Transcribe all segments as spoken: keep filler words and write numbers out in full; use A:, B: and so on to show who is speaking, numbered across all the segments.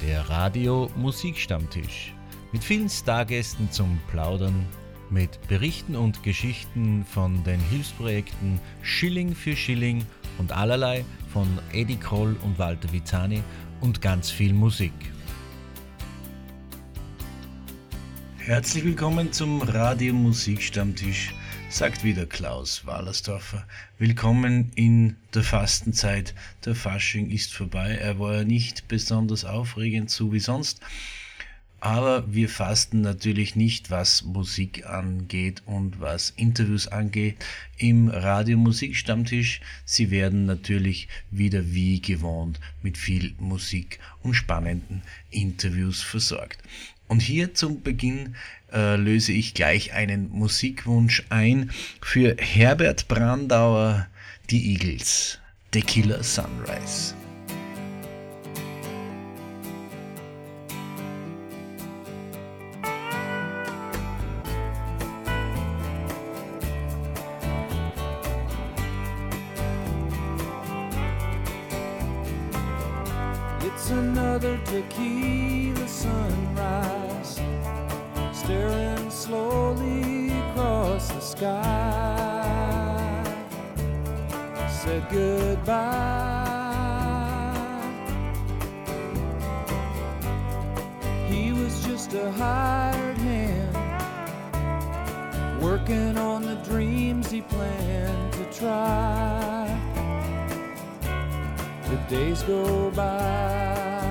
A: der Radio-Musikstammtisch. Mit vielen Stargästen zum Plaudern, mit Berichten und Geschichten von den Hilfsprojekten Schilling für Schilling und allerlei von Eddie Kroll und Walter Vizani und ganz viel Musik. Herzlich willkommen zum Radio-Musikstammtisch, sagt wieder Klaus Wallersdorfer. Willkommen in der Fastenzeit. Der Fasching ist vorbei. Er war ja nicht besonders aufregend, so wie sonst. Aber wir fasten natürlich nicht, was Musik angeht und was Interviews angeht im Radio-Musikstammtisch. Sie werden natürlich wieder wie gewohnt mit viel Musik und spannenden Interviews versorgt. Und hier zum Beginn äh, löse ich gleich einen Musikwunsch ein für Herbert Brandauer, die Eagles, Tequila Sunrise.
B: It's another tequila sunrise, staring slowly across the sky. Said goodbye. He was just a hired hand, working on the dreams he planned to try. The days go by.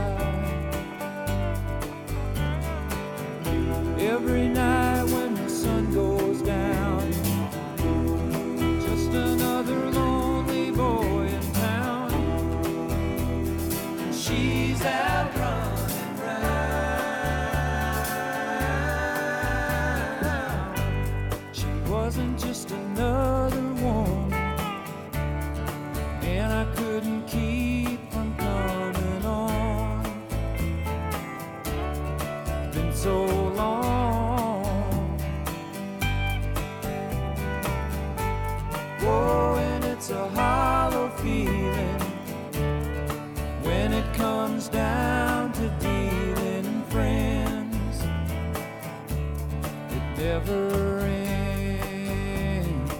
B: Every night when the sun goes down, just another lonely boy in town. She's out running round. She wasn't just another woman, and I couldn't keep from coming on. Been so long. Oh, and it's a hollow feeling when it comes down to dealing in friends. It never ends.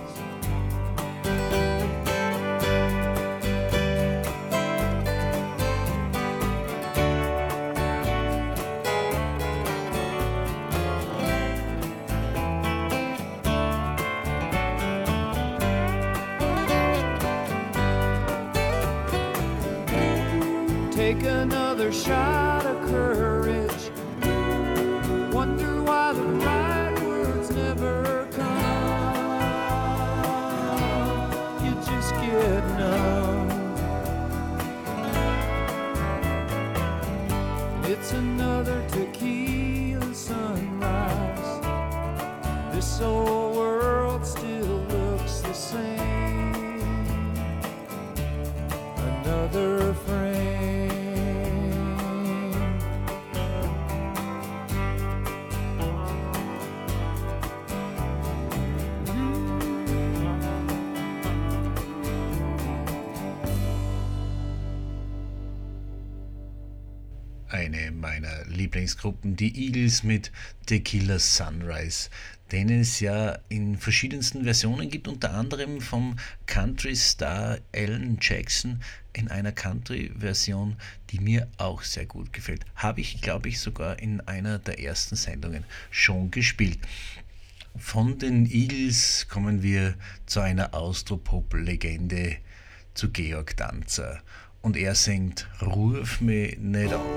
B: Take another shot of courage. Wonder why the right words never come. You just get numb. It's another tequila sunrise. This old world still looks the same. Another frame.
A: Eine meiner Lieblingsgruppen, die Eagles mit Tequila Sunrise, den es ja in verschiedensten Versionen gibt, unter anderem vom Country-Star Alan Jackson in einer Country-Version, die mir auch sehr gut gefällt. Habe ich, glaube ich, sogar in einer der ersten Sendungen schon gespielt. Von den Eagles kommen wir zu einer Austropop-Legende, zu Georg Danzer. Und er singt Ruf mich nicht an.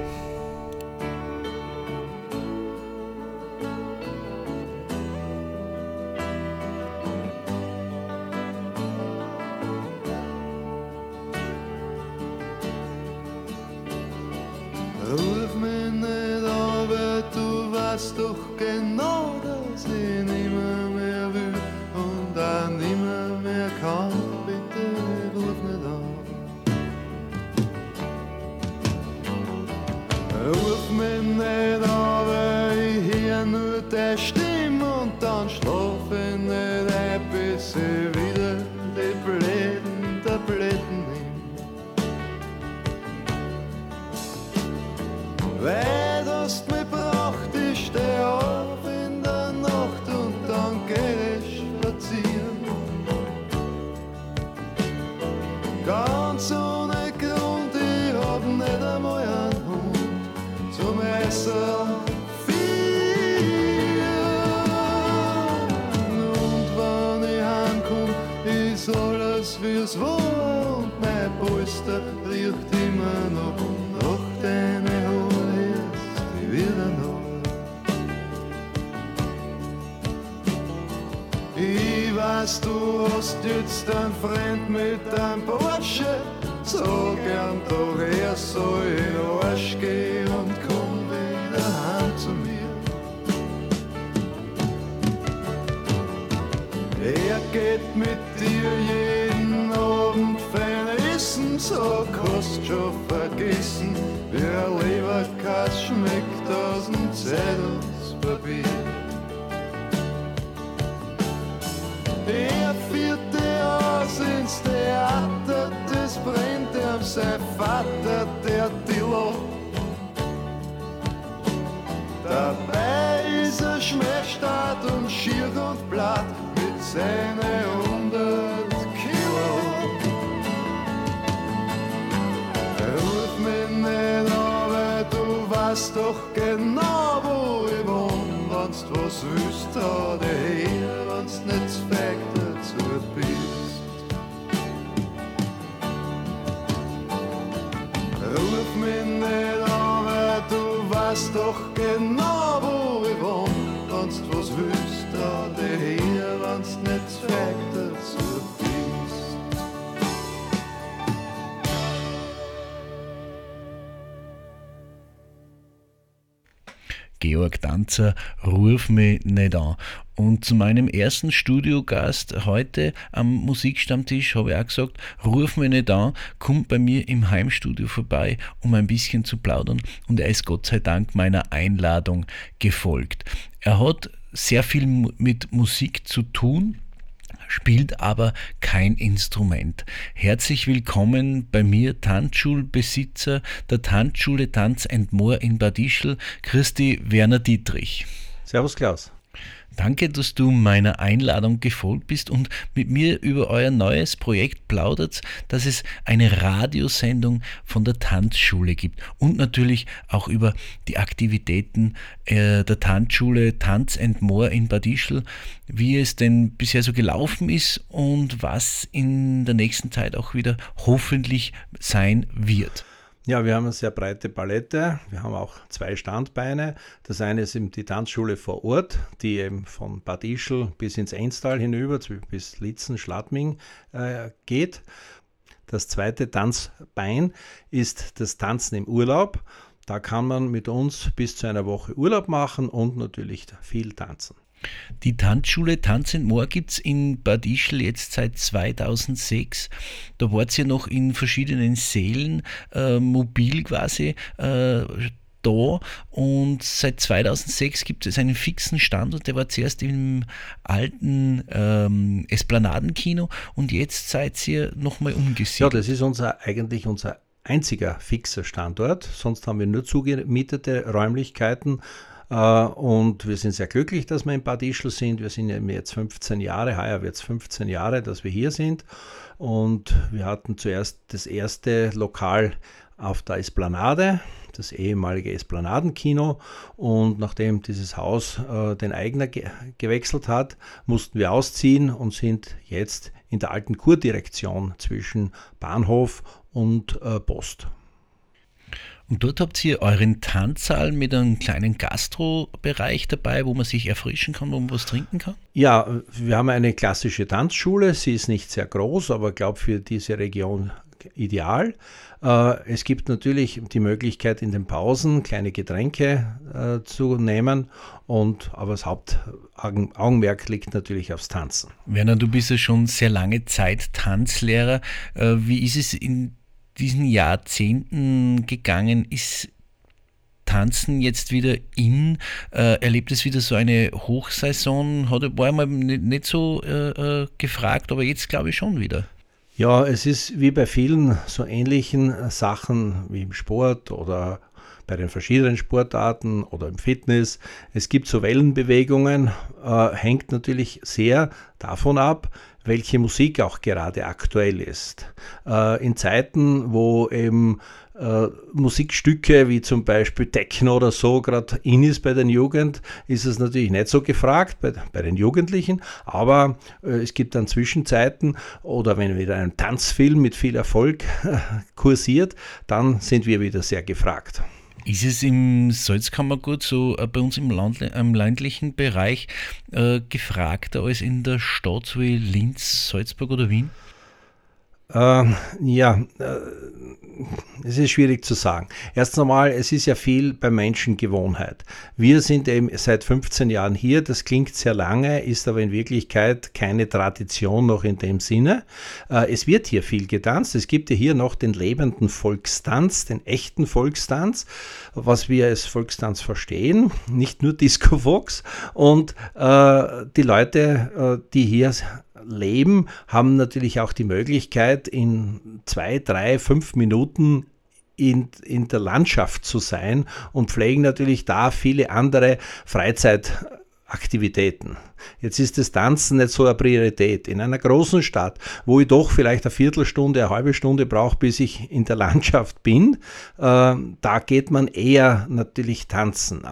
C: Ruf mich nicht an, weil du weißt doch genau, dass ich nimmer mehr will und auch nimmer mehr kann. Bitte ruf nicht an. Ruf mich nicht an, weil ich hier nur der Stimme und dann schlaf ich nicht ein, bis ich wieder die blöden Tabletten nehm. Weil hast mich gebracht, ich steh auf in der Nacht und dann geh ich spazieren. Ganz ohne Grund, ich hab nicht einmal einen Hund zum Essen. Ist alles wie's war und mein Polster riecht immer noch nach deine Haare ist die wieder noch. Ich weiß, du hast jetzt einen Freund mit einem Porsche, so gern doch er soll in den Arsch gehen und komm wieder heim zu mir. Er geht mit dir jeden Abend fein essen, so kannst schon vergessen, wie ein Leberkäse schmeckt aus dem Zeitungspapier. Er führt dich aus ins Theater, das brennt ihm sein Vater, der die lacht. Dabei ist er schmerzstark und schier und blatt mit seinen hundert Kilo. Ruf mich nicht an, weil du weißt doch genau, wo ich wohn. Wenn's was willst, hau dich her, wenn's nicht zu feig dazu bist. Ruf mich nicht an, weil du weißt doch genau, wo ich wohn. Wenn's was willst, hau dich her, wenn's nicht zu feig dazu bist.
A: Georg Danzer, ruf mich nicht an. Und zu meinem ersten Studiogast heute am Musikstammtisch habe ich auch gesagt, ruf mich nicht an, kommt bei mir im Heimstudio vorbei, um ein bisschen zu plaudern. Und er ist Gott sei Dank meiner Einladung gefolgt. Er hat sehr viel mit Musik zu tun, spielt aber kein Instrument. Herzlich willkommen bei mir, Tanzschulbesitzer der Tanzschule Tanz and More in Bad Ischl, Christi Werner Dietrich.
D: Servus Klaus.
A: Danke, dass du meiner Einladung gefolgt bist und mit mir über euer neues Projekt plaudert, dass es eine Radiosendung von der Tanzschule gibt und natürlich auch über die Aktivitäten äh, der Tanzschule Tanz and More in Bad Ischl, wie es denn bisher so gelaufen ist und was in der nächsten Zeit auch wieder hoffentlich sein wird.
D: Ja, wir haben eine sehr breite Palette. Wir haben auch zwei Standbeine. Das eine ist eben die Tanzschule vor Ort, die eben von Bad Ischl bis ins Enstal hinüber, bis Litzen, Schladming äh, geht. Das zweite Tanzbein ist das Tanzen im Urlaub. Da kann man mit uns bis zu einer Woche Urlaub machen und natürlich viel tanzen.
A: Die Tanzschule Tanz and More gibt es in Bad Ischl jetzt seit zweitausendsechs. Da wart ihr noch in verschiedenen Sälen äh, mobil quasi äh, da und seit zweitausendsechs gibt es einen fixen Standort, der war zuerst im alten ähm, Esplanadenkino und jetzt seid ihr nochmal umgesiedelt.
D: Ja, das ist unser eigentlich unser einziger fixer Standort, sonst haben wir nur zugemietete Räumlichkeiten. Und wir sind sehr glücklich, dass wir in Bad Ischl sind. Wir sind ja jetzt fünfzehn Jahre, heuer wird es fünfzehn Jahre, dass wir hier sind. Und wir hatten zuerst das erste Lokal auf der Esplanade, das ehemalige Esplanadenkino. Und nachdem dieses Haus äh, den Eigner ge- gewechselt hat, mussten wir ausziehen und sind jetzt in der alten Kurdirektion zwischen Bahnhof und äh, Post.
A: Und dort habt ihr euren Tanzsaal mit einem kleinen Gastrobereich dabei, wo man sich erfrischen kann, wo man was trinken kann?
D: Ja, wir haben eine klassische Tanzschule. Sie ist nicht sehr groß, aber ich glaube für diese Region ideal. Es gibt natürlich die Möglichkeit, in den Pausen kleine Getränke äh, zu nehmen, und, aber das Hauptaugenmerk liegt natürlich aufs Tanzen.
A: Werner, du bist ja schon sehr lange Zeit Tanzlehrer. Äh, wie ist es in diesen Jahrzehnten gegangen? Ist Tanzen jetzt wieder in? Äh, erlebt es wieder so eine Hochsaison? Hat, war einmal nicht, nicht so äh, gefragt, aber jetzt glaube ich schon wieder.
D: Ja, es ist wie bei vielen so ähnlichen Sachen wie im Sport oder bei den verschiedenen Sportarten oder im Fitness. Es gibt so Wellenbewegungen, äh, hängt natürlich sehr davon ab, welche Musik auch gerade aktuell ist. Äh, in Zeiten, wo eben äh, Musikstücke wie zum Beispiel Techno oder so gerade in ist bei den Jugend, ist es natürlich nicht so gefragt bei, bei den Jugendlichen, aber äh, es gibt dann Zwischenzeiten oder wenn wieder ein Tanzfilm mit viel Erfolg äh, kursiert, dann sind wir wieder sehr gefragt.
A: Ist es im Salzkammergut so äh, bei uns im, Land, im ländlichen Bereich äh, gefragter als in der Stadt so wie Linz, Salzburg oder Wien?
D: Äh, ja, äh, es ist schwierig zu sagen. Erst einmal, es ist ja viel bei Menschen Gewohnheit. Wir sind eben seit fünfzehn Jahren hier, das klingt sehr lange, ist aber in Wirklichkeit keine Tradition noch in dem Sinne. Äh, es wird hier viel getanzt, es gibt ja hier noch den lebenden Volkstanz, den echten Volkstanz, was wir als Volkstanz verstehen, nicht nur Disco-Fox. Und äh, die Leute, äh, die hier leben, haben natürlich auch die Möglichkeit, in zwei, drei, fünf Minuten in, in der Landschaft zu sein und pflegen natürlich da viele andere Freizeitaktivitäten. Jetzt ist das Tanzen nicht so eine Priorität. In einer großen Stadt, wo ich doch vielleicht eine Viertelstunde, eine halbe Stunde brauche, bis ich in der Landschaft bin, äh, da geht man eher natürlich tanzen.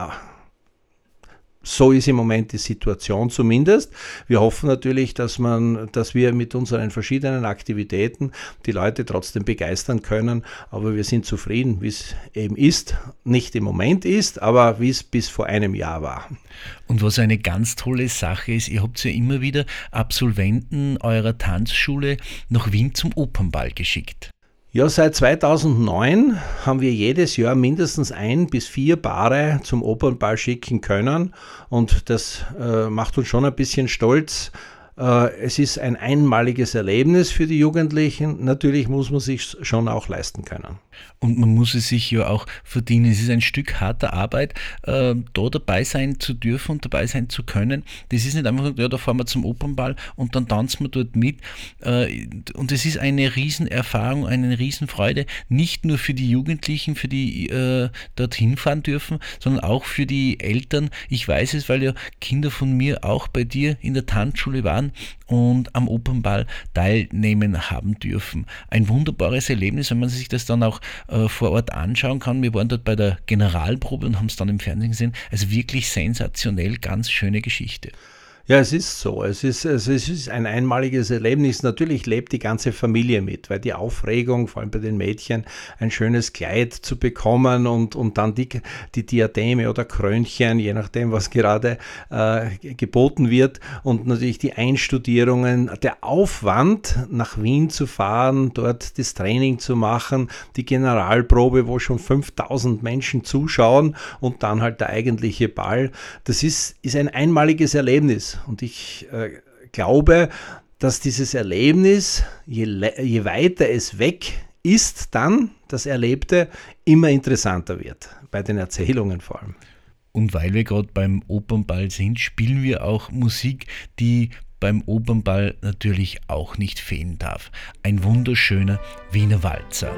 D: So ist im Moment die Situation zumindest. Wir hoffen natürlich, dass man, dass wir mit unseren verschiedenen Aktivitäten die Leute trotzdem begeistern können. Aber wir sind zufrieden, wie es eben ist. Nicht im Moment ist, aber wie es bis vor einem Jahr war.
A: Und was eine ganz tolle Sache ist, ihr habt ja immer wieder Absolventen eurer Tanzschule nach Wien zum Opernball geschickt.
D: Ja, seit zweitausendneun haben wir jedes Jahr mindestens ein bis vier Paare zum Opernball schicken können und das äh, macht uns schon ein bisschen stolz. Äh, es ist ein einmaliges Erlebnis für die Jugendlichen. Natürlich muss man sich schon auch leisten können.
A: Und man muss es sich ja auch verdienen. Es ist ein Stück harter Arbeit, äh, da dabei sein zu dürfen und dabei sein zu können. Das ist nicht einfach, ja, da fahren wir zum Opernball und dann tanzen wir dort mit. Äh, und es ist eine Riesenerfahrung, eine Riesenfreude, nicht nur für die Jugendlichen, für die äh, dorthin fahren dürfen, sondern auch für die Eltern. Ich weiß es, weil ja Kinder von mir auch bei dir in der Tanzschule waren und am Opernball teilnehmen haben dürfen. Ein wunderbares Erlebnis, wenn man sich das dann auch äh, vor Ort anschauen kann. Wir waren dort bei der Generalprobe und haben es dann im Fernsehen gesehen. Also wirklich sensationell, ganz schöne Geschichte.
D: Ja, es ist so. Es ist, es ist ein einmaliges Erlebnis. Natürlich lebt die ganze Familie mit, weil die Aufregung, vor allem bei den Mädchen, ein schönes Kleid zu bekommen und, und dann die, die Diademe oder Krönchen, je nachdem, was gerade äh, geboten wird. Und natürlich die Einstudierungen, der Aufwand, nach Wien zu fahren, dort das Training zu machen, die Generalprobe, wo schon fünftausend Menschen zuschauen und dann halt der eigentliche Ball. Das ist, ist ein einmaliges Erlebnis. Und ich äh, glaube, dass dieses Erlebnis, je, je weiter es weg ist, dann das Erlebte immer interessanter wird, bei den Erzählungen vor allem.
A: Und weil wir gerade beim Opernball sind, spielen wir auch Musik, die beim Opernball natürlich auch nicht fehlen darf. Ein wunderschöner Wiener Walzer.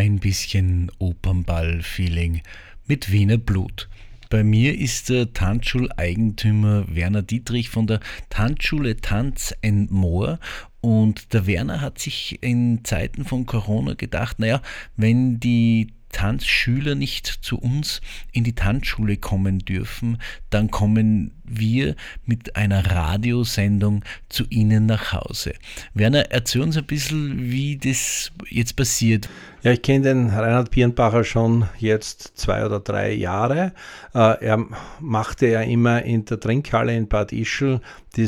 A: ein bisschen Opernball-Feeling mit Wiener Blut. Bei mir ist der Tanzschuleigentümer Werner Dietrich von der Tanzschule Tanz and More. Und der Werner hat sich in Zeiten von Corona gedacht, naja, wenn die Tanzschüler nicht zu uns in die Tanzschule kommen dürfen, dann kommen wir mit einer Radiosendung zu Ihnen nach Hause. Werner, erzähl uns ein bisschen, wie das jetzt passiert.
D: Ja, ich kenne den Reinhard Birnbacher schon jetzt zwei oder drei Jahre. Äh, er machte ja immer in der Trinkhalle in Bad Ischl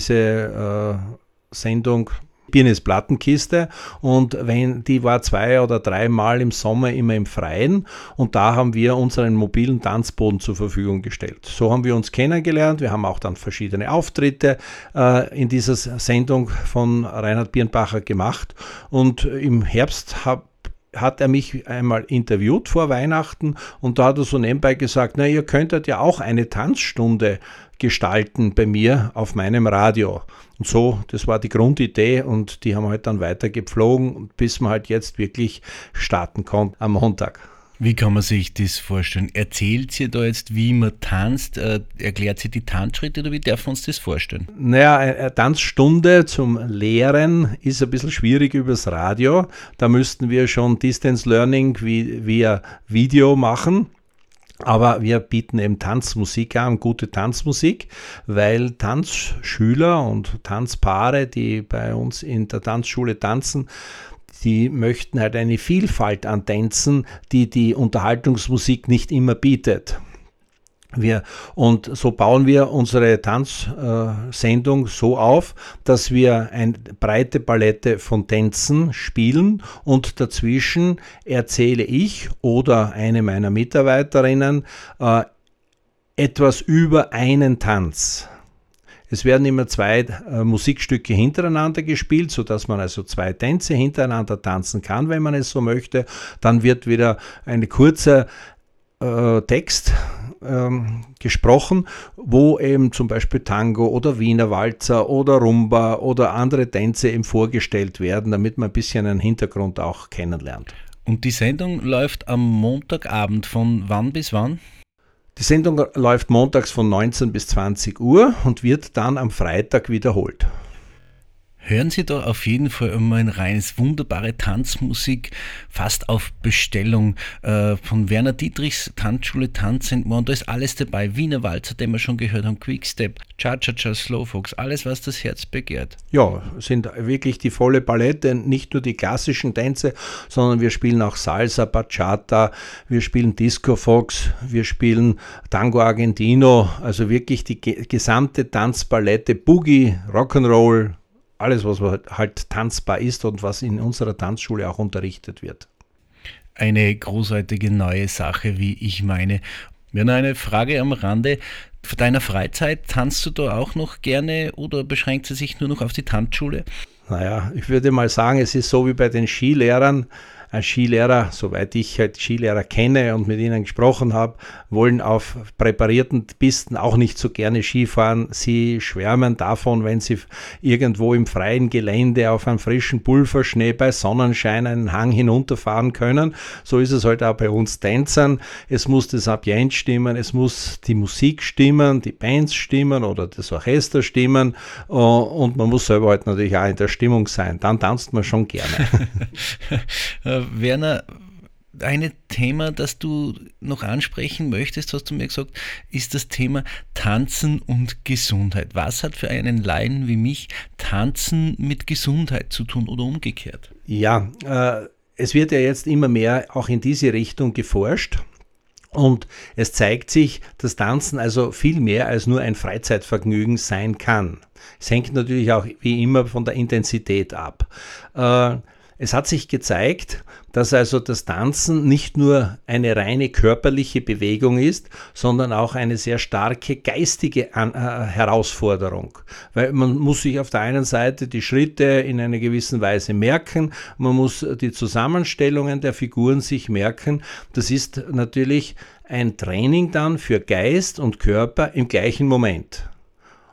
D: diese äh, Sendung Birnes Plattenkiste, und wenn die war zwei oder dreimal im Sommer immer im Freien, und da haben wir unseren mobilen Tanzboden zur Verfügung gestellt. So haben wir uns kennengelernt. Wir haben auch dann verschiedene Auftritte äh, in dieser Sendung von Reinhard Birnbacher gemacht, und im Herbst habe hat er mich einmal interviewt vor Weihnachten, und da hat er so nebenbei gesagt, na, ihr könntet ja auch eine Tanzstunde gestalten bei mir auf meinem Radio. Und so, das war die Grundidee, und die haben wir halt dann weiter gepflogen, bis wir halt jetzt wirklich starten konnten am Montag.
A: Wie kann man sich das vorstellen? Erzählt sie da jetzt, wie man tanzt? Äh, erklärt sie die Tanzschritte, oder wie darf man uns das vorstellen?
D: Naja, eine Tanzstunde zum Lehren ist ein bisschen schwierig übers Radio. Da müssten wir schon Distance Learning wie, via Video machen. Aber wir bieten eben Tanzmusik an, gute Tanzmusik, weil Tanzschüler und Tanzpaare, die bei uns in der Tanzschule tanzen, die möchten halt eine Vielfalt an Tänzen, die die Unterhaltungsmusik nicht immer bietet. Wir, und so bauen wir unsere Tanzsendung äh, so auf, dass wir eine breite Palette von Tänzen spielen, und dazwischen erzähle ich oder eine meiner Mitarbeiterinnen äh, etwas über einen Tanz. Es werden immer zwei äh, Musikstücke hintereinander gespielt, sodass man also zwei Tänze hintereinander tanzen kann, wenn man es so möchte. Dann wird wieder ein kurzer äh, Text ähm, gesprochen, wo eben zum Beispiel Tango oder Wiener Walzer oder Rumba oder andere Tänze eben vorgestellt werden, damit man ein bisschen einen Hintergrund auch kennenlernt.
A: Und die Sendung läuft am Montagabend von wann bis wann?
D: Die Sendung läuft montags von neunzehn bis zwanzig Uhr und wird dann am Freitag wiederholt.
A: Hören Sie da auf jeden Fall immer rein. Es ist wunderbare Tanzmusik, fast auf Bestellung äh, von Werner Dietrichs Tanzschule Tanz and More. Da ist alles dabei. Wiener Walzer, den wir schon gehört haben, Quickstep, Cha-Cha-Cha, Slowfox, alles, was das Herz begehrt.
D: Ja, sind wirklich die volle Palette, nicht nur die klassischen Tänze, sondern wir spielen auch Salsa, Bachata, wir spielen Disco-Fox, wir spielen Tango Argentino, also wirklich die ge- gesamte Tanzpalette, Boogie, Rock'n'Roll, alles, was halt tanzbar ist und was in unserer Tanzschule auch unterrichtet wird.
A: Eine großartige neue Sache, wie ich meine. Wir haben eine Frage am Rande. Für deiner Freizeit tanzt du da auch noch gerne oder beschränkt sie sich nur noch auf die Tanzschule?
D: Naja, ich würde mal sagen, es ist so wie bei den Skilehrern. Ein Skilehrer, soweit ich halt Skilehrer kenne und mit ihnen gesprochen habe, wollen auf präparierten Pisten auch nicht so gerne Skifahren. Sie schwärmen davon, wenn sie irgendwo im freien Gelände auf einem frischen Pulverschnee bei Sonnenschein einen Hang hinunterfahren können. So ist es halt auch bei uns Tänzern. Es muss das Ambiente stimmen, es muss die Musik stimmen, die Bands stimmen oder das Orchester stimmen, und man muss selber halt natürlich auch in der Stimmung sein. Dann tanzt man schon gerne.
A: Werner, ein Thema, das du noch ansprechen möchtest, hast du mir gesagt, ist das Thema Tanzen und Gesundheit. Was hat für einen Laien wie mich Tanzen mit Gesundheit zu tun oder umgekehrt?
D: Ja, äh, es wird ja jetzt immer mehr auch in diese Richtung geforscht. Und es zeigt sich, dass Tanzen also viel mehr als nur ein Freizeitvergnügen sein kann. Es hängt natürlich auch wie immer von der Intensität ab. Äh, Es hat sich gezeigt, dass also das Tanzen nicht nur eine reine körperliche Bewegung ist, sondern auch eine sehr starke geistige An- äh, Herausforderung. Weil man muss sich auf der einen Seite die Schritte in einer gewissen Weise merken, man muss die Zusammenstellungen der Figuren sich merken. Das ist natürlich ein Training dann für Geist und Körper im gleichen Moment.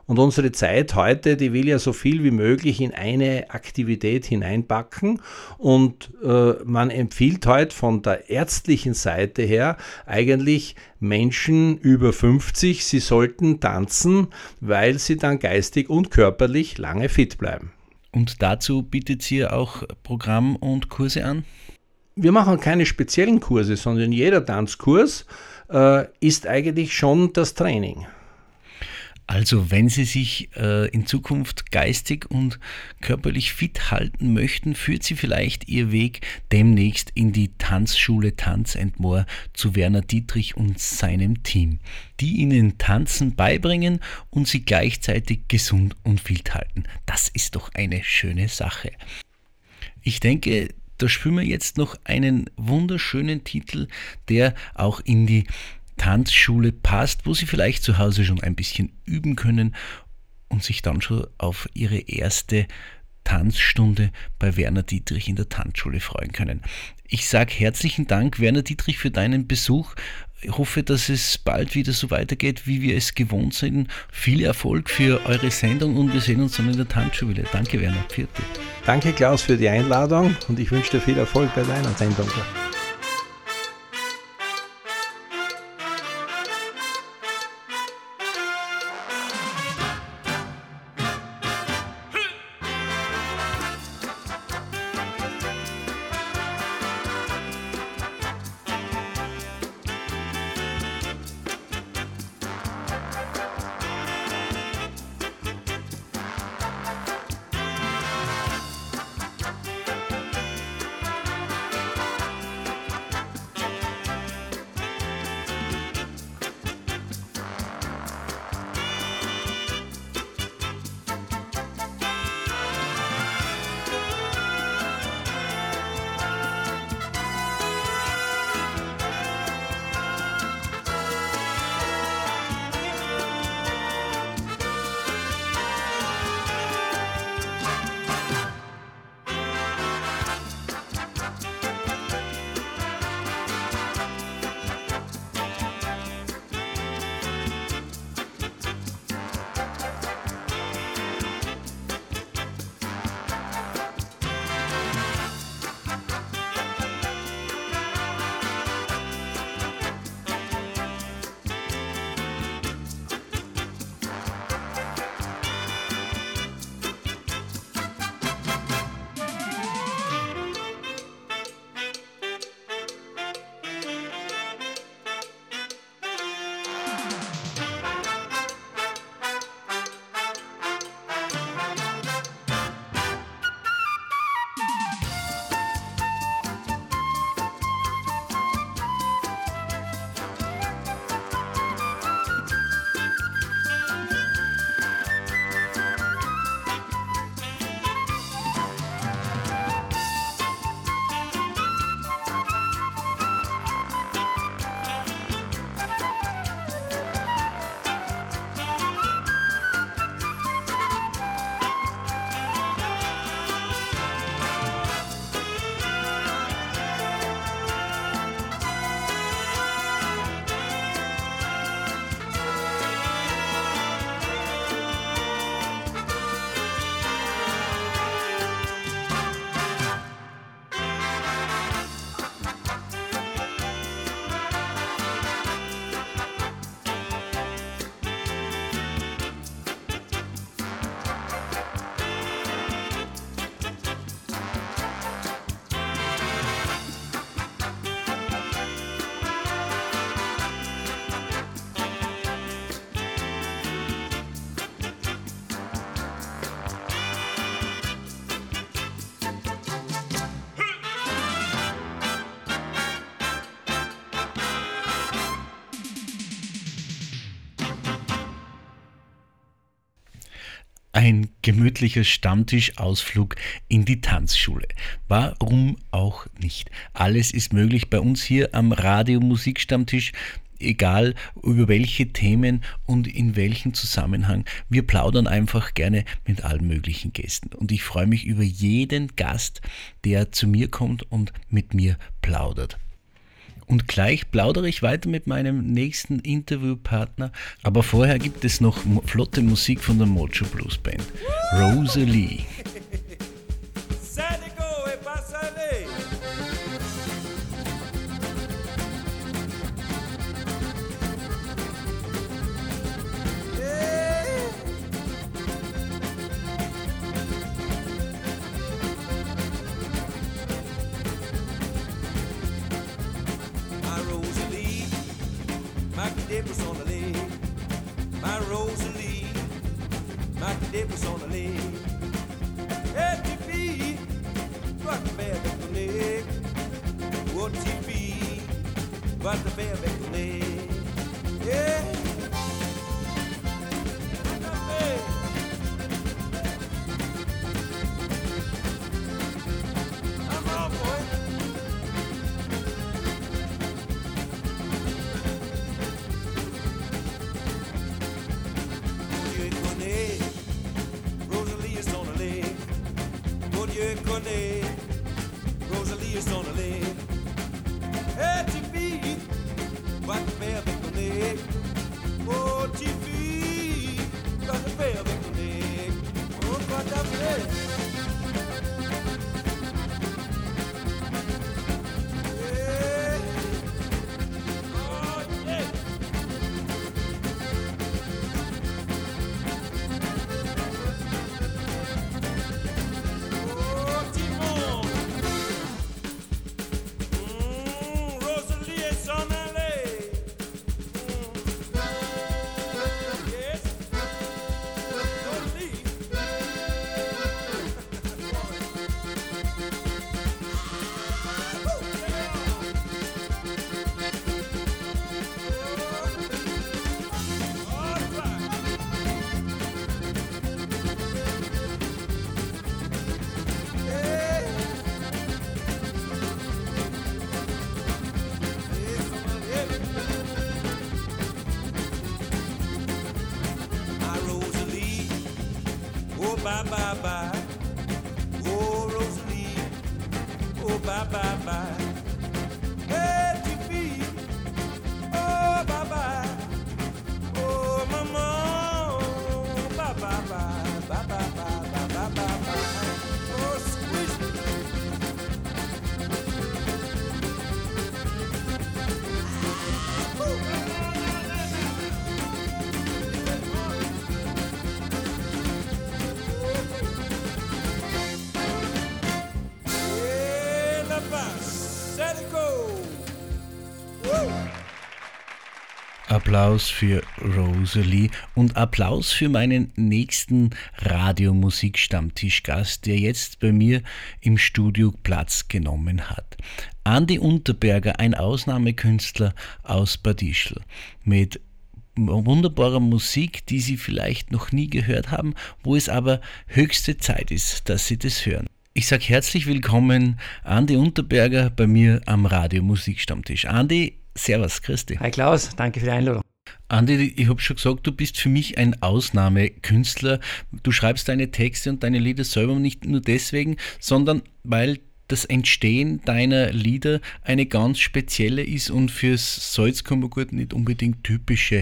D: Und unsere Zeit heute, die will ja so viel wie möglich in eine Aktivität hineinpacken. Und äh, man empfiehlt heute von der ärztlichen Seite her eigentlich Menschen über fünfzig, sie sollten tanzen, weil sie dann geistig und körperlich lange fit bleiben.
A: Und dazu bietet ihr auch Programm und Kurse an?
D: Wir machen keine speziellen Kurse, sondern jeder Tanzkurs äh, ist eigentlich schon das Training.
A: Also wenn Sie sich äh, in Zukunft geistig und körperlich fit halten möchten, führt Sie vielleicht Ihr Weg demnächst in die Tanzschule Tanz and More zu Werner Dietrich und seinem Team, die Ihnen Tanzen beibringen und Sie gleichzeitig gesund und fit halten. Das ist doch eine schöne Sache. Ich denke, da spielen wir jetzt noch einen wunderschönen Titel, der auch in die Tanzschule passt, wo Sie vielleicht zu Hause schon ein bisschen üben können und sich dann schon auf Ihre erste Tanzstunde bei Werner Dietrich in der Tanzschule freuen können. Ich sage herzlichen Dank, Werner Dietrich, für deinen Besuch. Ich hoffe, dass es bald wieder so weitergeht, wie wir es gewohnt sind. Viel Erfolg für eure Sendung und wir sehen uns dann in der Tanzschule. Danke, Werner. Vierte.
D: Danke, Klaus, für die Einladung und ich wünsche dir viel Erfolg bei deiner Sendung.
A: Ein gemütlicher Stammtischausflug in die Tanzschule. Warum auch nicht? Alles ist möglich bei uns hier am Radio Musikstammtisch, egal über welche Themen und in welchem Zusammenhang. Wir plaudern einfach gerne mit allen möglichen Gästen. Und ich freue mich über jeden Gast, der zu mir kommt und mit mir plaudert. Und gleich plaudere ich weiter mit meinem nächsten Interviewpartner. Aber vorher gibt es noch flotte Musik von der Mojo Blues Band. Rosalie.
B: Dippers on the leg, my Rosalie, my dippers on the leg. Hey, T V, what the bear back the leg? What T V, what the bear back the leg? Yeah. Rosalie is on the leg. Hey, T V, what the bear back the leg? Oh, T V, what the bear back the leg? Oh, what the leg? Yeah. Oh, yeah. Bye, bye, bye. Oh, Rosalie. Oh, bye, bye, bye. Hey, T V. Oh, bye, bye. Oh, mama. Bye, bye, bye. Bye, bye, bye. Bye, bye, bye, bye. Oh, squeeze me.
A: Applaus für Rosalie und Applaus für meinen nächsten Radiomusik-Stammtischgast, der jetzt bei mir im Studio Platz genommen hat. Andi Unterberger, ein Ausnahmekünstler aus Bad Ischl, mit wunderbarer Musik, die Sie vielleicht noch nie gehört haben, wo es aber höchste Zeit ist, dass Sie das hören. Ich sage herzlich willkommen, Andi Unterberger, bei mir am Radiomusik-Stammtisch. Andi, servus, grüß dich.
E: Hi Klaus, danke für die Einladung.
A: Andi, ich habe schon gesagt, du bist für mich ein Ausnahmekünstler. Du schreibst deine Texte und deine Lieder selber nicht nur deswegen, sondern weil das Entstehen deiner Lieder eine ganz spezielle ist und fürs Salzkammergut nicht unbedingt typische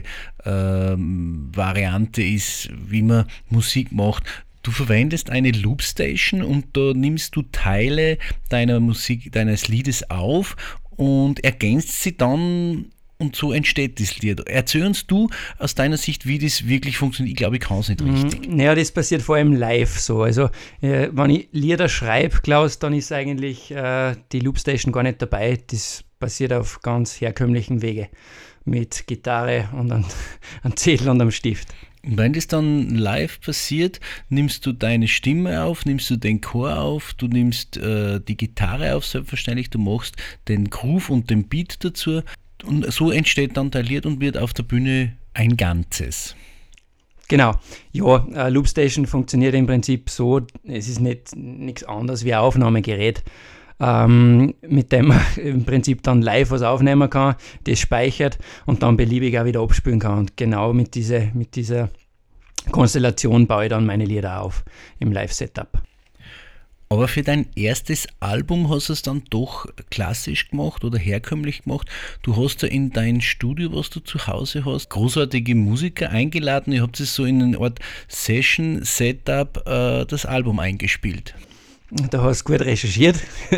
A: ähm, Variante ist, wie man Musik macht. Du verwendest eine Loopstation und da nimmst du Teile deiner Musik, deines Liedes auf und ergänzt sie dann und so entsteht das Lied. Erzähl uns du aus deiner Sicht, wie das wirklich funktioniert. Ich glaube, ich kann es nicht richtig.
E: Mhm. Naja, das passiert vor allem live so. Also äh, wenn ich Lieder schreibe, Klaus, dann ist eigentlich äh, die Loopstation gar nicht dabei. Das passiert auf ganz herkömmlichen Wege mit Gitarre und einem Zettel und einem Stift.
A: Und wenn das dann live passiert, nimmst du deine Stimme auf, nimmst du den Chor auf, du nimmst äh, die Gitarre auf, selbstverständlich, du machst den Groove und den Beat dazu und so entsteht dann dein Lied und wird auf der Bühne ein Ganzes.
E: Genau, ja, äh, Loopstation funktioniert im Prinzip so, es ist nicht nichts anderes wie ein Aufnahmegerät, ähm, mit dem man im Prinzip dann live was aufnehmen kann, das speichert und dann beliebig auch wieder abspielen kann. Und genau mit, diese, mit dieser Konstellation baue ich dann meine Lieder auf im Live-Setup.
A: Aber für dein erstes Album hast du es dann doch klassisch gemacht oder herkömmlich gemacht. Du hast ja in dein Studio, was du zu Hause hast, großartige Musiker eingeladen. Ihr habt es so in eine Art Session-Setup äh, das Album eingespielt.
E: Da hast du gut recherchiert.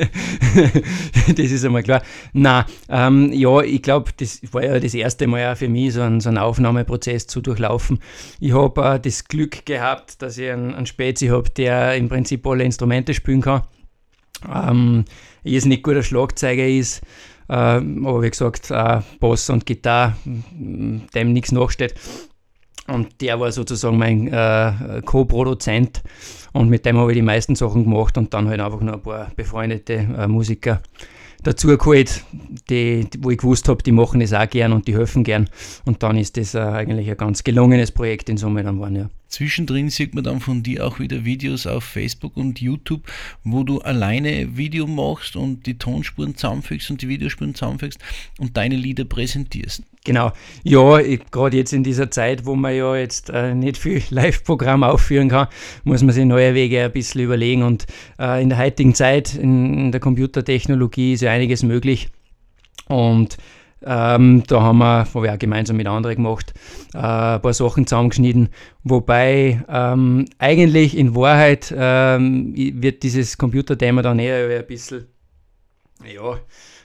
E: Das ist einmal klar. Nein, ähm, ja, ich glaube, das war ja das erste Mal auch für mich, so einen, so einen Aufnahmeprozess zu durchlaufen. Ich habe äh, das Glück gehabt, dass ich einen, einen Spezi habe, der im Prinzip alle Instrumente spielen kann. Ähm, ist nicht guter Schlagzeuger ist, äh, aber wie gesagt, äh, Bass und Gitarre, dem nichts nachsteht. Und der war sozusagen mein äh, Co-Produzent und mit dem habe ich die meisten Sachen gemacht und dann halt einfach noch ein paar befreundete äh, Musiker dazu geholt, die, die, wo ich gewusst habe, die machen das auch gern und die helfen gern. Und dann ist das äh, eigentlich ein ganz gelungenes Projekt in Summe dann geworden, ja.
A: Zwischendrin sieht man dann von dir auch wieder Videos auf Facebook und YouTube, wo du alleine Video machst und die Tonspuren zusammenfügst und die Videospuren zusammenfügst und deine Lieder präsentierst.
E: Genau, ja, gerade jetzt in dieser Zeit, wo man ja jetzt äh, nicht viel Live-Programm aufführen kann, muss man sich neue Wege ein bisschen überlegen und äh, in der heutigen Zeit, in, in der Computertechnologie ist ja einiges möglich und ähm, da haben wir, wo wir auch gemeinsam mit anderen gemacht, äh, ein paar Sachen zusammengeschnitten, wobei ähm, eigentlich in Wahrheit ähm, wird dieses Computerthema dann eher ein bisschen, ja,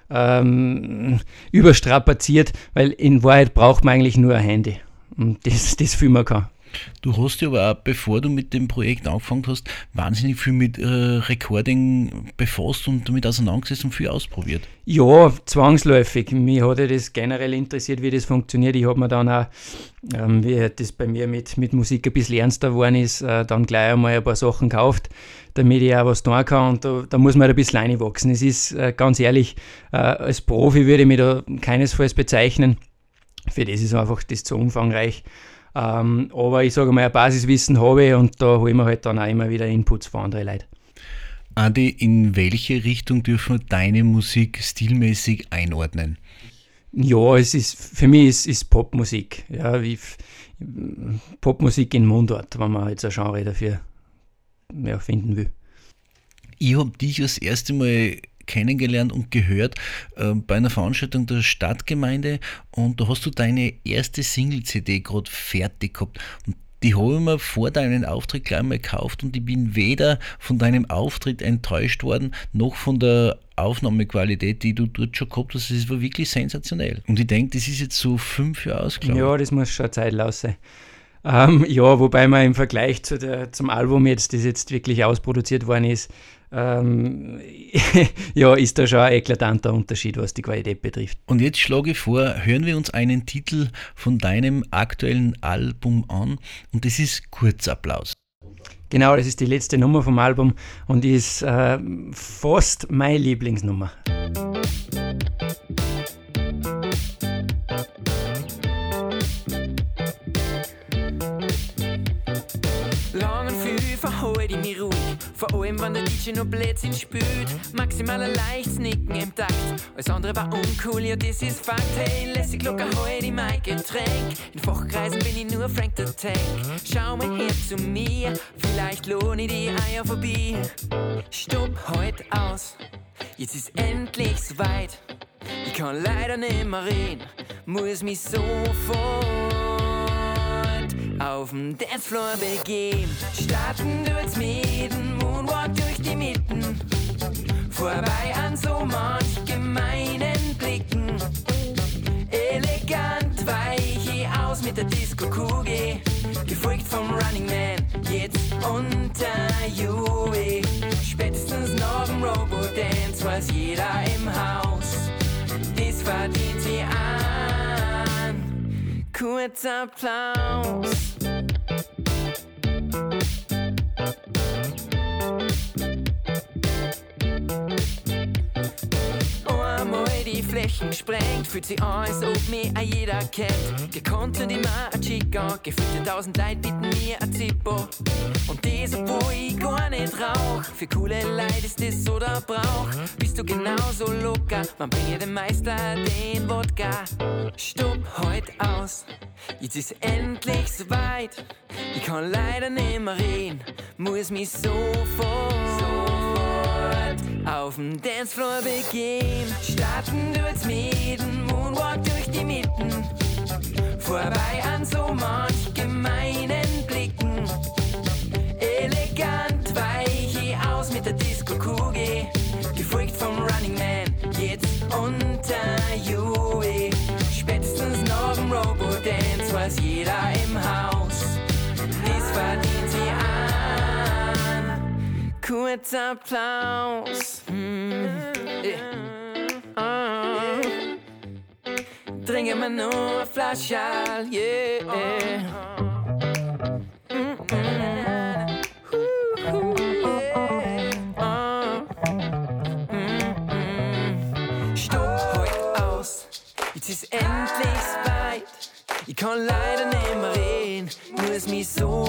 E: Ähm, überstrapaziert, weil in Wahrheit braucht man eigentlich nur ein Handy und das, das filmen kann.
A: Du hast ja aber auch, bevor du mit dem Projekt angefangen hast, wahnsinnig viel mit äh, Recording befasst und damit auseinandergesetzt und viel ausprobiert.
E: Ja, zwangsläufig. Mich hat ja das generell interessiert, wie das funktioniert. Ich habe mir dann auch, ähm, wie das bei mir mit, mit Musik ein bisschen ernster geworden ist, äh, dann gleich einmal ein paar Sachen gekauft, damit ich auch was tun kann und da, da muss man halt ein bisschen reinwachsen. Es ist äh, ganz ehrlich, äh, als Profi würde ich mich da keinesfalls bezeichnen. Für das ist einfach das zu umfangreich. Ähm, aber ich sage mal, ein Basiswissen habe ich und da holen wir halt dann auch immer wieder Inputs von anderen Leuten.
A: Adi, in welche Richtung dürfen wir deine Musik stilmäßig einordnen?
E: Ja, es ist, für mich ist, ist Popmusik. Ja, wie, Popmusik in Mundart, wenn man jetzt ein Genre dafür ja, finden will.
A: Ich habe dich das erste Mal kennengelernt und gehört äh, bei einer Veranstaltung der Stadtgemeinde und da hast du deine erste Single-C D gerade fertig gehabt und die habe ich mir vor deinem Auftritt gleich mal gekauft und ich bin weder von deinem Auftritt enttäuscht worden, noch von der Aufnahmequalität, die du dort schon gehabt hast. Das war wirklich sensationell. Und ich denke, das ist jetzt so fünf Jahre ausgelaufen.
E: Ja, das muss schon Zeit sein. Ähm, ja, wobei man im Vergleich zu der, zum Album jetzt, das jetzt wirklich ausproduziert worden ist, ähm, ja, ist da schon ein eklatanter Unterschied, was die Qualität betrifft.
A: Und jetzt schlage ich vor, hören wir uns einen Titel von deinem aktuellen Album an und das ist Kurzapplaus.
E: Genau, das ist die letzte Nummer vom Album und ist äh, fast meine Lieblingsnummer.
F: Verhalte ich mich ruhig, vor allem wenn der D J noch Blödsinn spielt. Maximaler Leichtnicken im Takt, alles andere war uncool, ja das ist Fakt. Hey, lässig locker heute ich mein Getränk, in Fachkreisen bin ich nur Frank the Tank. Schau mal her zu mir, vielleicht lohne ich die Eier vorbei. Stopp heute aus, jetzt ist endlich soweit. Ich kann leider nicht mehr reden, muss mich sofort auf dem Dancefloor begeben. Starten tut's mit dem Moonwalk durch die Mitten, vorbei an so manch gemeinen Blicken. Elegant weiche aus mit der Disco-Kugel, gefolgt vom Running Man, jetzt unterjuwel. Spätestens nach dem Robo-Dance weiß jeder im Haus, das verdient sie an. Kurzer Applaus. Flächen sprengt, fühlt sich an, als ob mich auch jeder kennt. Gekonnt und immer ein Chica, gefühlte tausend Leute bieten mir ein Zippo. Und das, obwohl ich gar nicht rauch. Für coole Leute ist das so der Brauch. Bist du genauso locker, man bringe dem Meister den Wodka. Stopp heute aus, jetzt ist endlich soweit. Ich kann leider nicht mehr reden, muss mich sofort, sofort auf dem Dancefloor begeben. Starten tut's mit dem Moonwalk durch die Mitten, vorbei an so manch gemeinen Blicken. Elegant weiche aus mit der Disco-Kugel, gefolgt vom Running Man, jetzt unter Juwe. Spätestens nach dem Robo-Dance weiß jeder im Haus, das verdient sie an. Kurz Applaus. Hm. Yeah. Oh. Trinken wir nur eine Flasche, yeah. Jetzt ist endlich weit, ich kann leider nicht mehr reden, muss mich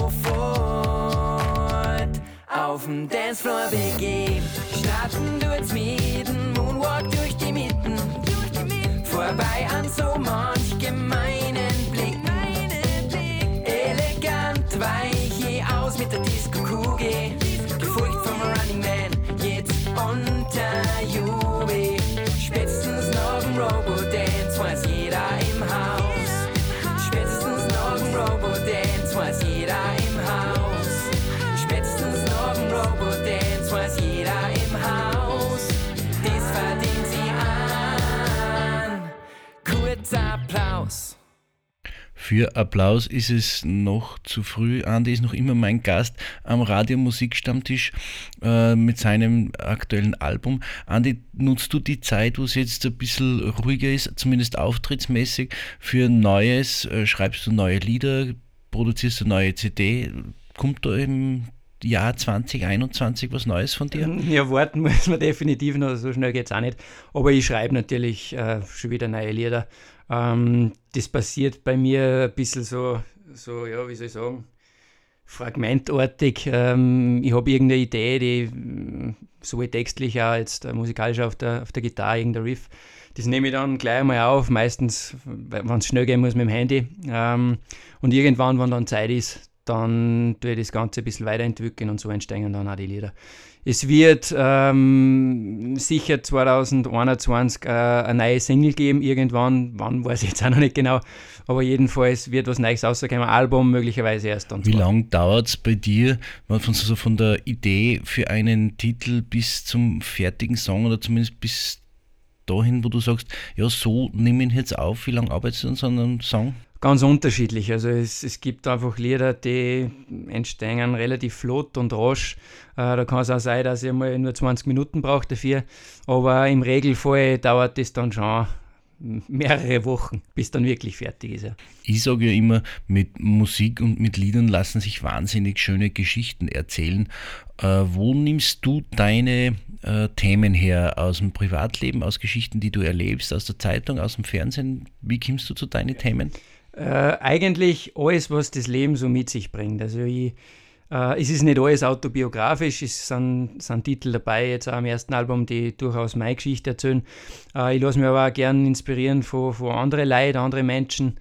F: sofort auf dem Dancefloor begeben. Starten tut's mit dem Moonwalk durch die Mitten, vorbei an so manch gemeinen Blicken. Elegant weiche aus mit der Disco-Kugel, gefolgt vom Running Man, jetzt unter Jubel. Spätestens nach dem Robo-Dance weiß jeder im Haus. Spätestens nach dem Robo-Dance weiß jeder im Haus. Spätestens nach dem Robo-Dance weiß jeder im Haus. Das verdient sie an. Kurzer Applaus.
A: Für Applaus ist es noch zu früh. Andi ist noch immer mein Gast am Radio-Musikstammtisch äh, mit seinem aktuellen Album. Andi, nutzt du die Zeit, wo es jetzt ein bisschen ruhiger ist, zumindest auftrittsmäßig, für Neues? Äh, schreibst du neue Lieder? Produzierst du neue C D? Kommt da im Jahr zwanzig einundzwanzig was Neues von dir?
E: Ja, warten muss man definitiv noch, so schnell geht es auch nicht. Aber ich schreibe natürlich äh, schon wieder neue Lieder. Ähm, das passiert bei mir ein bisschen so, so, ja, wie soll ich sagen, fragmentartig. Ähm, ich habe irgendeine Idee, die sowohl textlich auch jetzt äh, musikalisch auf der, auf der Gitarre, irgendein Riff, das nehme ich dann gleich einmal auf, meistens, wenn es schnell gehen muss mit dem Handy. Ähm, und irgendwann, wenn dann Zeit ist, dann tue ich das Ganze ein bisschen weiterentwickeln und so entstehen dann auch die Lieder. Es wird ähm, sicher zwanzig einundzwanzig äh, eine neue Single geben, irgendwann, wann weiß ich jetzt auch noch nicht genau, aber jedenfalls wird was Neues rauskommen, ein Album möglicherweise erst dann.
A: Wie lange dauert es bei dir, von, so von der Idee für einen Titel bis zum fertigen Song oder zumindest bis dahin, wo du sagst, ja, so nehme ich ihn jetzt auf, wie lange arbeitest du an so einem Song?
E: Ganz unterschiedlich. Also es, es gibt einfach Lieder, die entstehen relativ flott und rasch. Äh, da kann es auch sein, dass ich mal nur zwanzig Minuten brauche dafür. Aber im Regelfall dauert das dann schon mehrere Wochen, bis dann wirklich fertig ist. Ja.
A: Ich sage ja immer, mit Musik und mit Liedern lassen sich wahnsinnig schöne Geschichten erzählen. Äh, wo nimmst du deine äh, Themen her? Aus dem Privatleben, aus Geschichten, die du erlebst, aus der Zeitung, aus dem Fernsehen? Wie kommst du zu deinen Themen?
E: Äh, eigentlich alles, was das Leben so mit sich bringt. Also ich, äh, es ist nicht alles autobiografisch, es sind, sind Titel dabei, jetzt auch am ersten Album, die durchaus meine Geschichte erzählen. Äh, ich lasse mich aber auch gerne inspirieren von, von anderen Leuten, anderen Menschen.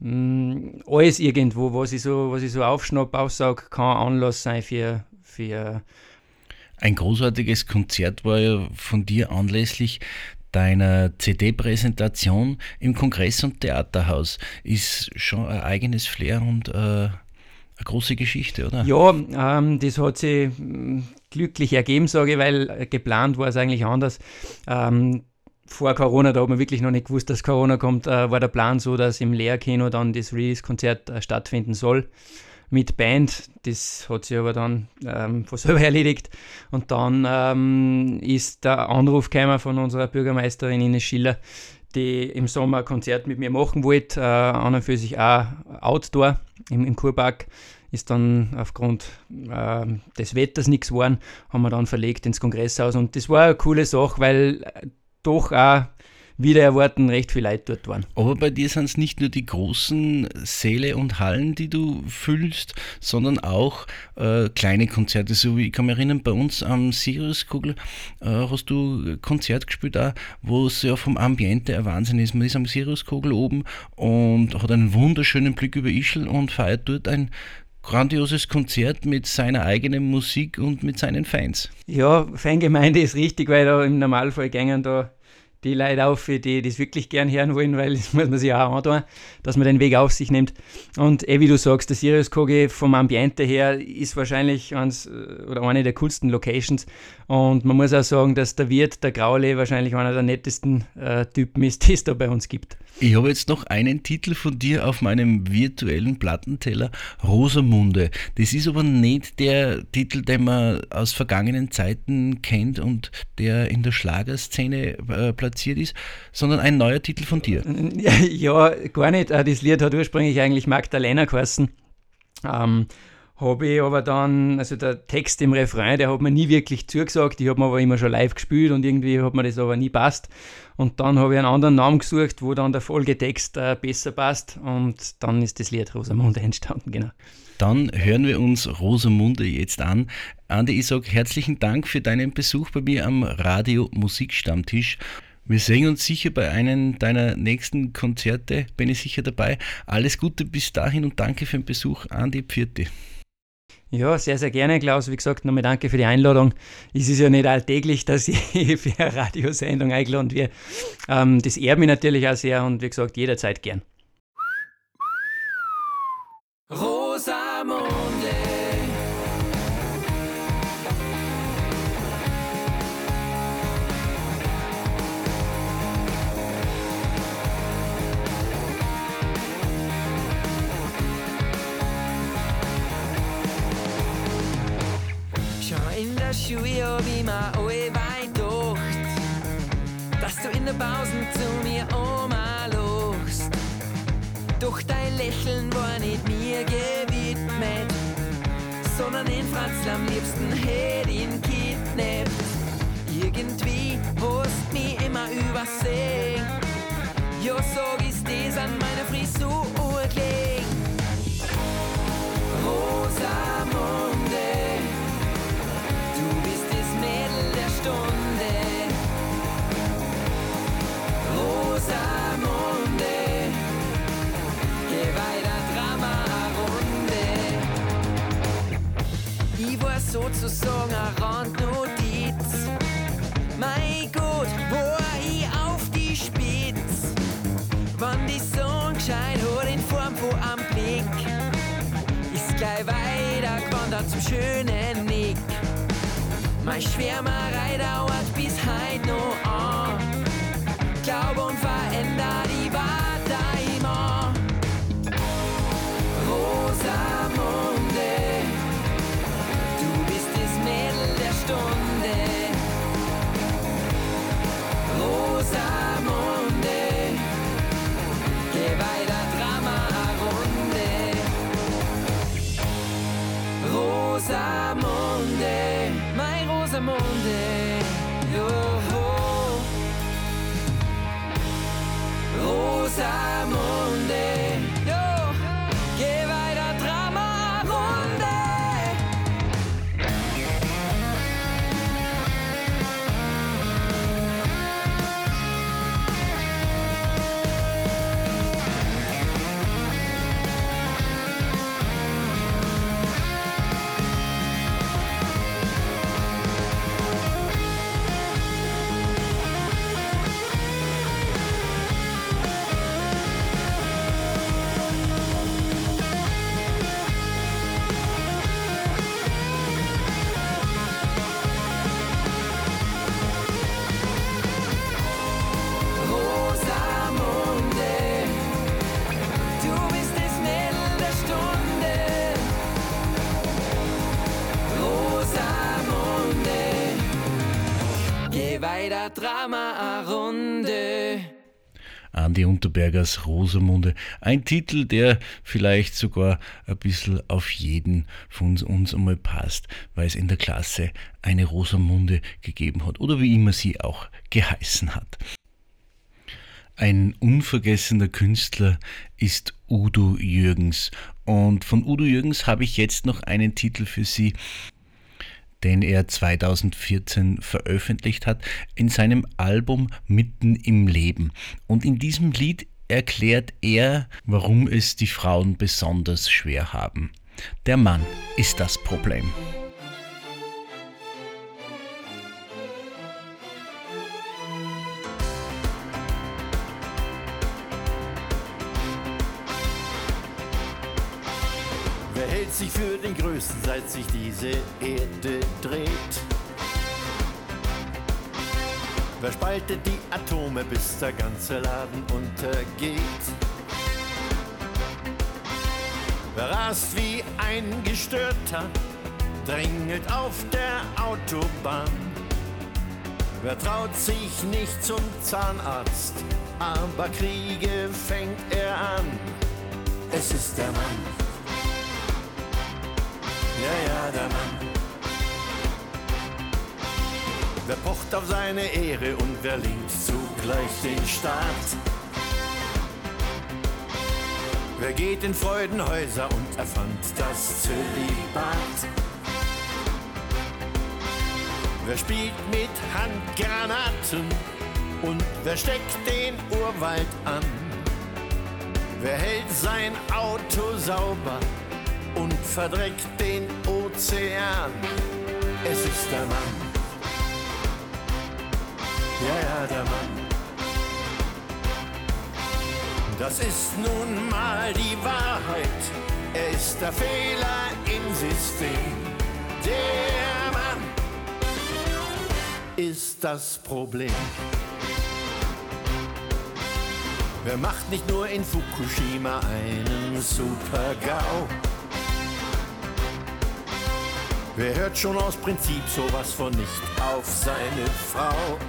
E: Mm, alles irgendwo, was ich so, was ich so aufschnapp, aussage, kann Anlass sein für, für
A: ein großartiges Konzert war ja von dir anlässlich deiner C D-Präsentation im Kongress- und Theaterhaus. Ist schon ein eigenes Flair und äh, eine große Geschichte, oder?
E: Ja, ähm, das hat sich mh, glücklich ergeben, sage ich, weil äh, geplant war es eigentlich anders. Ähm, vor Corona, da hat man wirklich noch nicht gewusst, dass Corona kommt, äh, war der Plan so, dass im Lehrkino dann das Release-Konzert äh, stattfinden soll. Mit Band, das hat sich aber dann ähm, von selber erledigt. Und dann ähm, ist der Anruf gekommen von unserer Bürgermeisterin Ines Schiller, die im Sommer ein Konzert mit mir machen wollte, äh, an und für sich auch Outdoor im, im Kurpark. Ist dann aufgrund äh, des Wetters nichts geworden, haben wir dann verlegt ins Kongresshaus. Und das war eine coole Sache, weil äh, doch auch wieder erwarten recht viele Leute dort waren.
A: Aber bei dir sind es nicht nur die großen Säle und Hallen, die du füllst, sondern auch äh, kleine Konzerte. So wie ich kann mich erinnern, bei uns am Siriuskugel äh, hast du Konzert gespielt, auch, wo es ja vom Ambiente ein Wahnsinn ist. Man ist am Siriuskugel oben und hat einen wunderschönen Blick über Ischl und feiert dort ein grandioses Konzert mit seiner eigenen Musik und mit seinen Fans.
E: Ja, Fangemeinde ist richtig, weil da im Normalfall gängen da die Leute auf, die das wirklich gern hören wollen, weil das muss man sich auch antun, dass man den Weg auf sich nimmt. Und eh, wie du sagst, der Sirius K G vom Ambiente her ist wahrscheinlich eins oder eine der coolsten Locations. Und man muss auch sagen, dass der Wirt, der Graule, wahrscheinlich einer der nettesten äh, Typen ist, die es da bei uns gibt.
A: Ich habe jetzt noch einen Titel von dir auf meinem virtuellen Plattenteller, Rosamunde. Das ist aber nicht der Titel, den man aus vergangenen Zeiten kennt und der in der Schlagerszene äh, platziert ist, sondern ein neuer Titel von dir.
E: Ja, gar nicht. Das Lied hat ursprünglich eigentlich Magdalena geheißen. Ähm, habe ich aber dann, also der Text im Refrain, der hat mir nie wirklich zugesagt. Ich habe mir aber immer schon live gespielt und irgendwie hat mir das aber nie passt. Und dann habe ich einen anderen Namen gesucht, wo dann der Folgetext äh, besser passt. Und dann ist das Lied Rosamunde entstanden, genau.
A: Dann hören wir uns Rosamunde jetzt an. Andi, ich sage herzlichen Dank für deinen Besuch bei mir am Radio Musikstammtisch. Wir sehen uns sicher bei einem deiner nächsten Konzerte, bin ich sicher dabei. Alles Gute bis dahin und danke für den Besuch. Andi, Pfiati.
E: Ja, sehr, sehr gerne, Klaus. Wie gesagt, nochmal danke für die Einladung. Es ist ja nicht alltäglich, dass ich für eine Radiosendung eingeladen werde. Ähm, das ehrt mich natürlich auch sehr und wie gesagt, jederzeit gern.
F: Rosamunde. In der Schule hab ich mir allweil gedacht, dass du in der Pausen zu mir anmalst. Doch dein Lächeln war nicht mir gewidmet, sondern den Franzl am liebsten hätt ihn kidnappt. Irgendwie hast mich immer übersehen, ja sag ist das an meiner Frisur gelegen. Rosamunde, du bist das Mädel der Stunde. Rosamunde, geh weiter, Drama Runde. Ich war sozusagen eine Randnotiz. Mein Gott, war ich auf die Spitz. Wann die Sonne gescheit hat in Form von einem Blick, ist gleich weiter gewandert zum schönen Nick. Meine Schwärmerei dauert bis heut noch an. Glaub und verändert, ich war da immer. Rosamunde, du bist das Mädel der Stunde. Rosamunde, geh weiter, Drama Runde. Rosamunde, mein Rosamunde, joho. Rosamunde, jo, geh weiter, Drama Runde. Weiter, Drama Runde.
A: Andi Unterbergers Rosamunde. Ein Titel, der vielleicht sogar ein bisschen auf jeden von uns einmal passt, weil es in der Klasse eine Rosamunde gegeben hat oder wie immer sie auch geheißen hat. Ein unvergessener Künstler ist Udo Jürgens und von Udo Jürgens habe ich jetzt noch einen Titel für Sie, den er zweitausendvierzehn veröffentlicht hat in seinem Album Mitten im Leben. Und in diesem Lied erklärt er, warum es die Frauen besonders schwer haben. Der Mann ist das Problem.
G: Wer hält sich für den Größten, seit sich diese Erde dreht? Wer spaltet die Atome, bis der ganze Laden untergeht? Wer rast wie ein Gestörter, drängelt auf der Autobahn? Wer traut sich nicht zum Zahnarzt, aber Kriege fängt er an? Es ist der Mann. Ja, ja, der Mann. Wer pocht auf seine Ehre und wer linkt zugleich den Staat? Wer geht in Freudenhäuser und erfand das Zölibat? Wer spielt mit Handgranaten und wer steckt den Urwald an? Wer hält sein Auto sauber und verdreckt den Ozean? Es ist der Mann. Ja, ja, der Mann. Das ist nun mal die Wahrheit. Er ist der Fehler im System. Der Mann ist das Problem. Wer macht nicht nur in Fukushima einen Super-GAU? Wer hört schon aus Prinzip sowas von nicht auf seine Frau?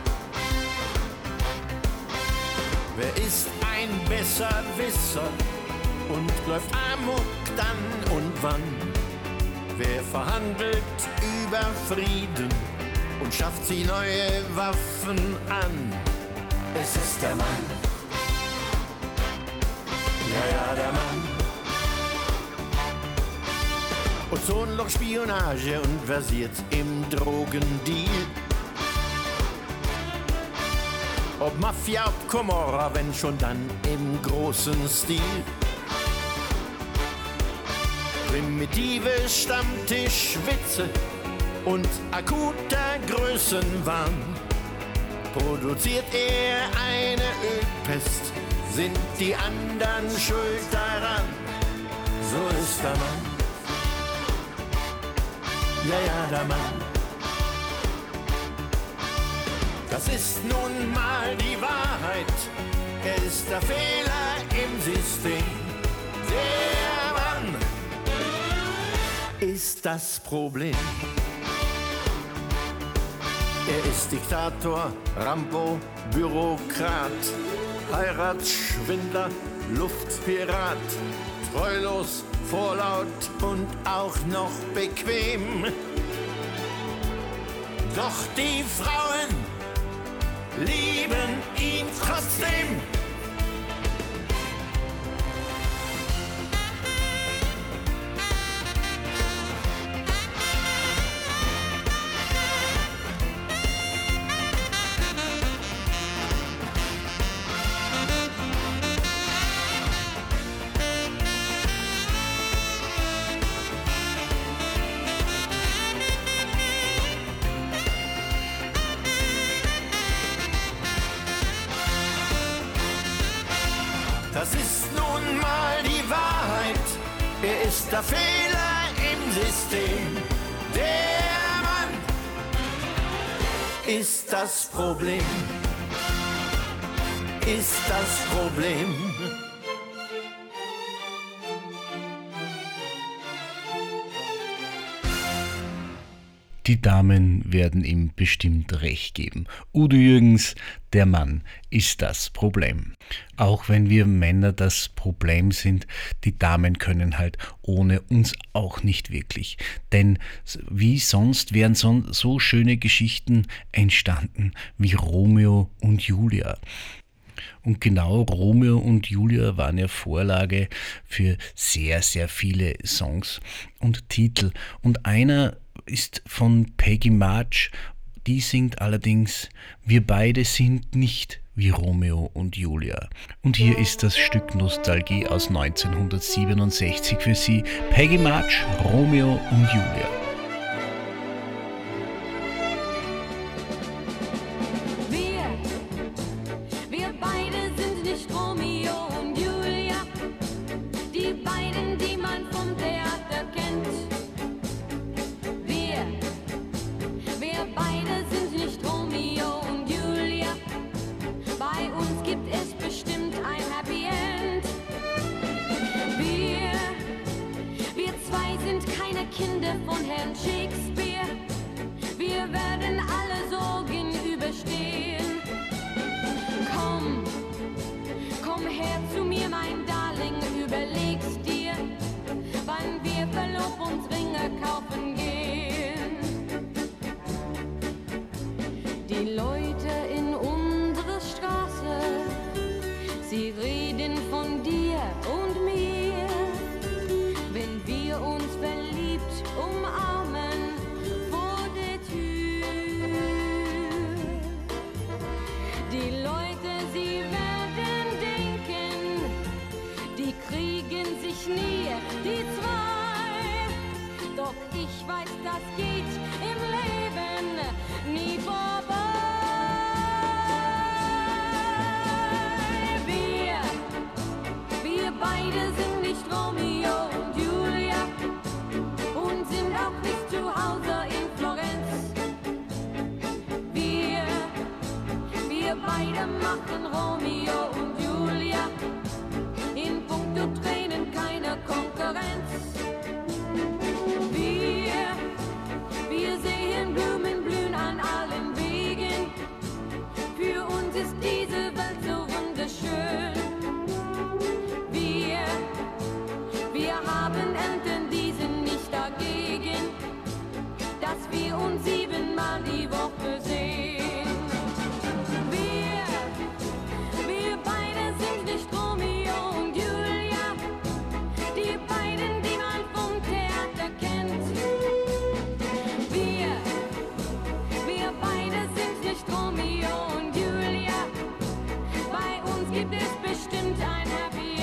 G: Wer ist ein Besserwisser und läuft amok dann und wann? Wer verhandelt über Frieden und schafft sie neue Waffen an? Es ist der Mann. Ja, ja, der Mann. Ozonloch, Spionage und versiert im Drogendeal. Ob Mafia, ob Comorra, wenn schon dann im großen Stil. Primitive Stammtischwitze und akuter Größenwahn. Produziert er eine Ölpest, sind die anderen schuld daran. So ist der Mann. Ja, ja, der Mann. Das ist nun mal die Wahrheit. Er ist der Fehler im System. Der Mann ist das Problem. Er ist Diktator, Rambo, Bürokrat, Heiratsschwindler, Luftpirat, treulos, vorlaut und auch noch bequem. Doch die Frauen lieben ihn trotzdem. Das ist nun mal die Wahrheit. Er ist der Fehler im System. Der Mann ist das Problem. Ist das Problem.
A: Die Damen werden ihm bestimmt recht geben. Udo Jürgens, der Mann ist das Problem. Auch wenn wir Männer das Problem sind, die Damen können halt ohne uns auch nicht wirklich. Denn wie sonst wären so, so schöne Geschichten entstanden wie Romeo und Julia. Und genau Romeo und Julia waren ja Vorlage für sehr, sehr viele Songs und Titel. Und einer ist von Peggy March, Die singt allerdings: Wir beide sind nicht wie Romeo und Julia. Und hier ist das Stück Nostalgie aus neunzehnhundertsiebenundsechzig für Sie. Peggy March, Romeo und Julia.
H: Kinder von Herrn Shakespeare, wir werden alle Sorgen überstehen. Komm, komm her zu mir, mein Darling, überlegst dir, wann wir Verlobungsringe kaufen gehen. Die Leute in unserer Straße, sie reden von dir und mir, wenn wir uns verliebt umarmen vor der Tür. Die Leute, sie werden denken, die kriegen sich nie, die zwei. Doch ich weiß, das geht im Leben nie vorbei. Wir, wir beide sind nicht Romeo und Julia und sind auch nicht zu Hause in Florenz. Wir, wir beide machen Romeo und Julia, in puncto Tränen keine Konkurrenz. Wir, wir sehen Blumen blühen an allen Wegen, für uns ist diese Welt so wunderschön. Wir, wir haben Eltern, die sind nicht dagegen, dass wir uns siebenmal die Woche sehen. Wir, wir beide sind nicht Romeo und Julia, die beiden, die man vom Theater kennt. Wir, wir beide sind nicht Romeo und Julia, bei uns gibt es bestimmt ein Happy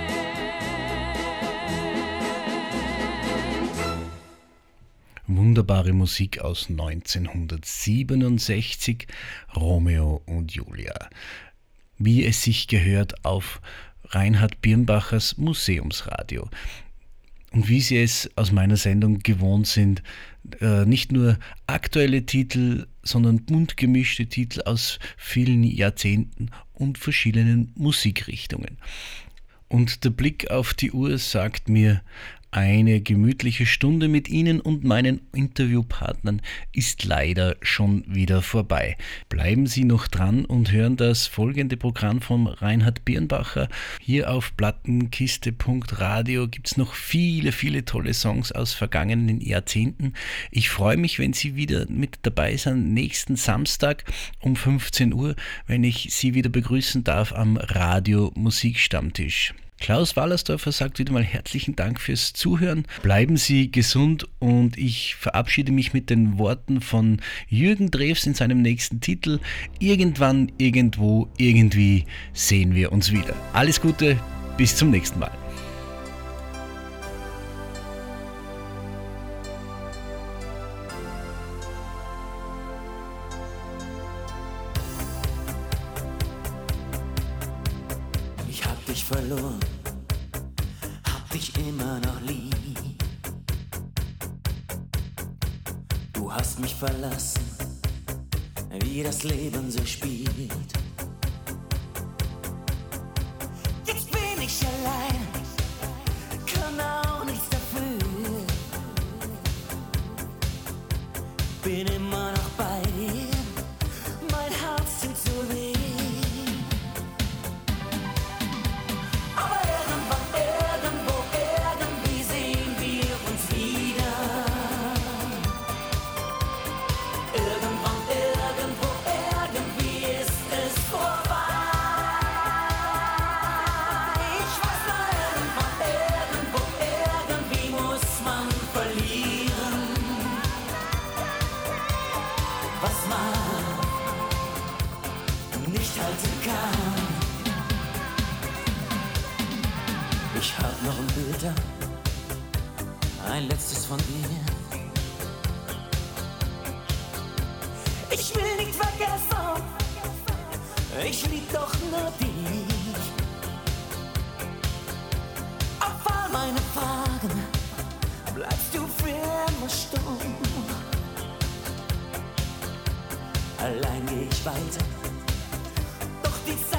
H: End.
A: Wunderbare Musik aus neunzehnhundertsiebenundsechzig, Romeo und Julia. Wie es sich gehört auf Reinhard Birnbachers Museumsradio. Und wie Sie es aus meiner Sendung gewohnt sind, äh, nicht nur aktuelle Titel, sondern bunt gemischte Titel aus vielen Jahrzehnten und verschiedenen Musikrichtungen. Und der Blick auf die Uhr sagt mir, eine gemütliche Stunde mit Ihnen und meinen Interviewpartnern ist leider schon wieder vorbei. Bleiben Sie noch dran und hören das folgende Programm von Reinhard Birnbacher. Hier auf plattenkiste punkt radio gibt es noch viele, viele tolle Songs aus vergangenen Jahrzehnten. Ich freue mich, wenn Sie wieder mit dabei sind, nächsten Samstag um fünfzehn Uhr, wenn ich Sie wieder begrüßen darf am Radio Musikstammtisch. Klaus Wallersdorfer sagt wieder mal herzlichen Dank fürs Zuhören. Bleiben Sie gesund und ich verabschiede mich mit den Worten von Jürgen Drews in seinem nächsten Titel. Irgendwann, irgendwo, irgendwie sehen wir uns wieder. Alles Gute, bis zum nächsten Mal.
I: Ich hab dich verloren, hab dich immer noch lieb. Du hast mich verlassen, wie das Leben so spielt. Jetzt bin ich allein, kann auch nichts dafür. Bin immer noch bei dir, mein Herz tut so weh. Aber irgendwann, irgendwo, irgendwie sehen wir uns wieder. Irgendwann, irgendwo, irgendwie ist es vorbei. Ich weiß nur, irgendwann, irgendwo, irgendwie muss man verlieren. von dir. Ich will nicht vergessen, ich lieb doch nur dich. Auf all meine Fragen bleibst du für immer stumm. Allein geh ich weiter, doch die Zeit